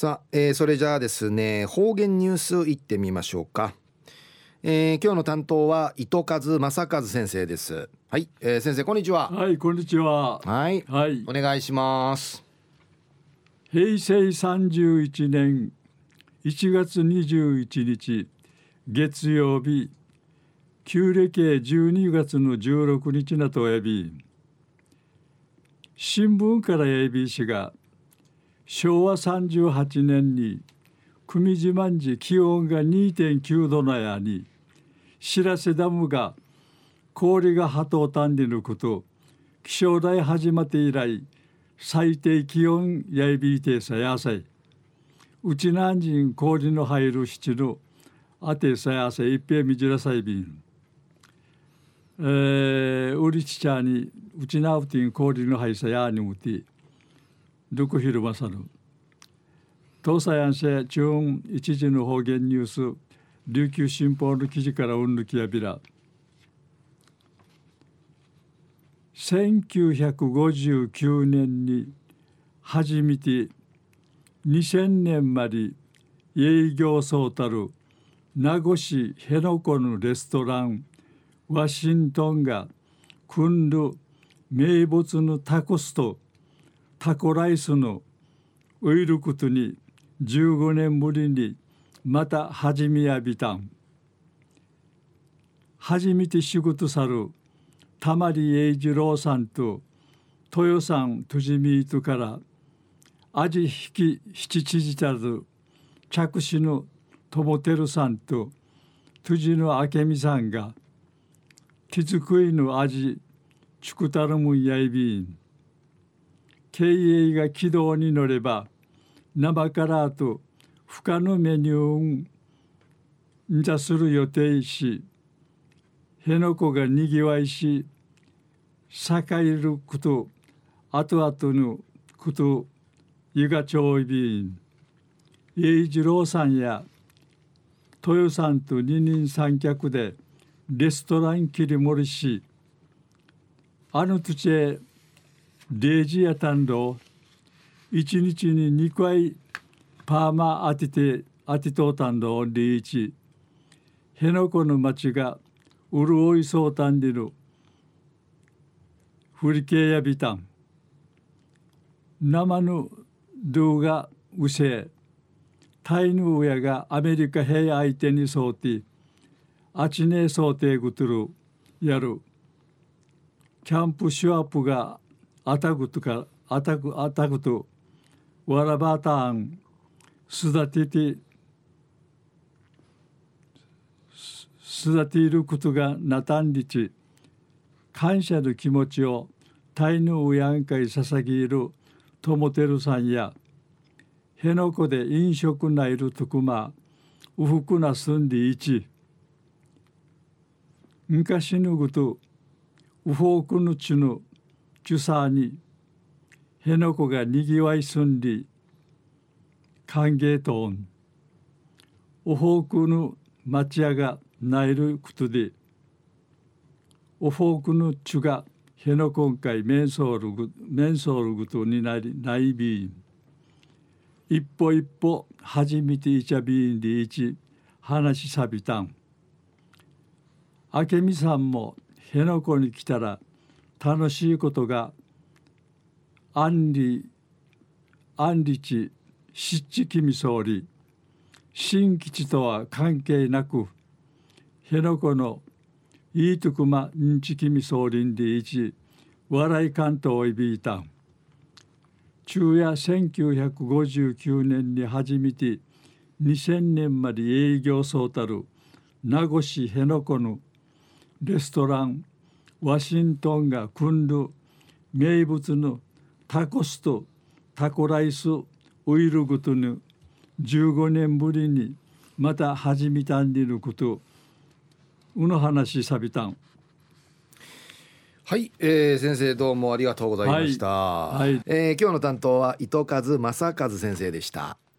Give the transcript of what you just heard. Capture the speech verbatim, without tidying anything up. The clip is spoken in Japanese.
さあ、えー、それじゃあですね、方言ニュースいってみましょうか。えー、今日の担当は糸数正和先生です。はい、えー、先生こんにちは。 はい、こんにちは。 はい、 はい、 お願いします。 平成さんじゅういちねんいちがつにじゅういちにち月曜日、旧暦じゅうにがつのじゅうろくにちなとえび、新聞からえびしがしょうわさんじゅうはちねんに組島んじ気温が にてんきゅう 度なやに白瀬ダムが氷が波とたんでぬこと気象台始まって以来最低気温やいびいてさやさいうちなんじん氷の入る七のあてさやさいっぺんみじらさいびん、えー、うりちちゃにうちなうてん氷の入さやにうてどこひるまさぬ東西安市中一時の方言ニュース琉球新報の記事からうんぬきやびらせんきゅうひゃくごじゅうきゅうねんに初めてにせんねんまで営業そうたる名護市辺野古のレストランワシントンが組んる名物のタコスとタコライスのウイルクトにじゅうごねんぶりにまた始めやびたん。初めて仕事さる玉利英二郎さんと豊さんとじみいとから味引き七知事たる着手の友輝さんと辻の明美さんが手作りの味ちくたるむんやいびん経営が軌道に乗れば生からと不可のメニューんじゃする予定し辺野古がにぎわいし栄えること後々のことゆがちょいびん栄一郎さんや豊さんと二人三脚でレストラン切り盛りしあの土地へレジやたんど一日ににかいパーマ当てて当てとうたんどリーチ辺野古の町が潤いそうたんでる振り系やびたん生の動画うせタイの親がアメリカ兵相手にそうてあちねそうてぐとるやるキャンプシュワップがあたぐとかあたぐあたぐとわらばたん育てて育ていることがなたんりち感謝の気持ちをタイの親んかい捧げる友輝さんや辺野古で飲食ないるとくまうふくな住んでいち昔のことうほうくのちのちゅさに辺野古がにぎわい住んで歓迎とんうほうくの町屋がないることでうほうくのちゅが辺野古会メンソールグメンソールグとになりないびん一歩一歩初めていちゃびんでいち話しさびたん明美さんも辺野古に来たら楽しいことがあんりあんりちしっちきみそうり新基地とは関係なく辺野古のいいとくまんちきみそうりんでいち笑い関東をいびいたん昼夜せんきゅうひゃくごじゅうきゅうねんに初めてにせんねんまで営業そうたる名護市辺野古のレストランワシントンが組んる名物のタコスとタコライスウイルグとのじゅうごねんぶりにまた始めたんでることうの話さびたん。 はい、えー、先生どうもありがとうございました、 はいはいえー、今日の担当は糸数正和先生でした。